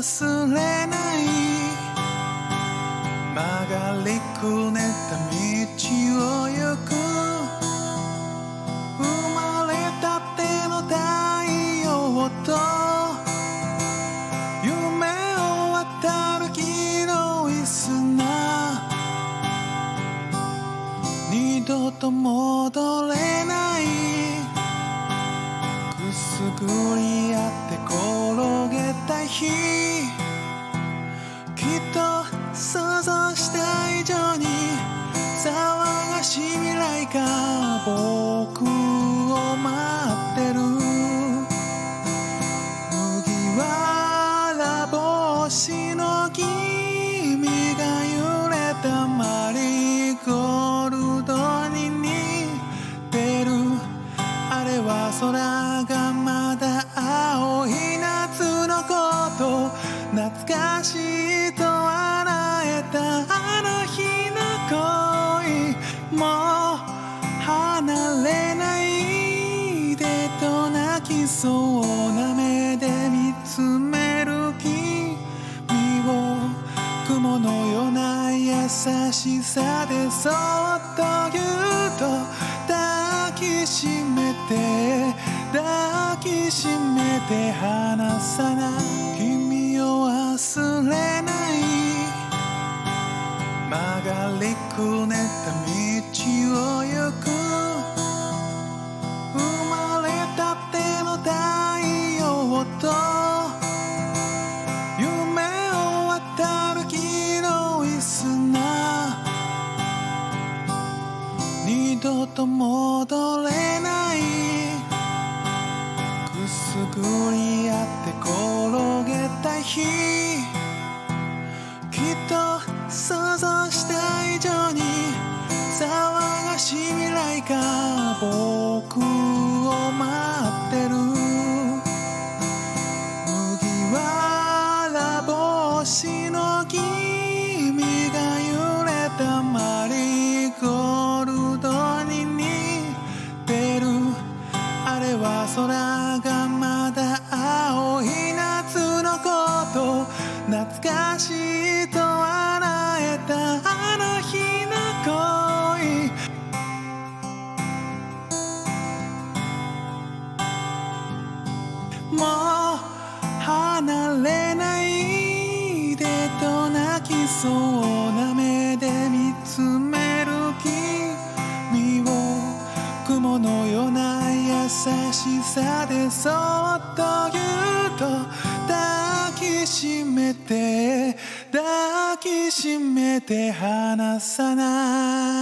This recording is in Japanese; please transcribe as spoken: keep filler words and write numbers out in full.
忘れない曲がりくねった道を行く生まれたての太陽と夢を渡る黄色い砂二度と戻れないくすぐり合って転げた日きっと想像した以上に騒がしい未来が僕を待ってる麦わら帽子の君が揺れたマリーゴールドに似てるあれは空がまだ青い夏のこと懐かしいと笑えたあの日の恋もう離れないでと泣きそうな目で見つめる君を雲のような優しさでそっとぎゅっと抱きしめて抱きしめて離さない君を忘れない曲がりくねった道を行く生まれたての太陽と夢を渡る黄色い砂二度と戻れないくすぐり合って転げた日きっと想像した以上に騒がしい未来が僕を待ってる麦わら帽子の君が揺れたマリーゴールドに似てるあれは空がまだ青い夏のこと懐かしいと笑えたあの日の恋もう離れないでと泣きそうな目で見つめる君を雲のような優しさでそっとぎゅっと抱きしめて抱きしめて離さない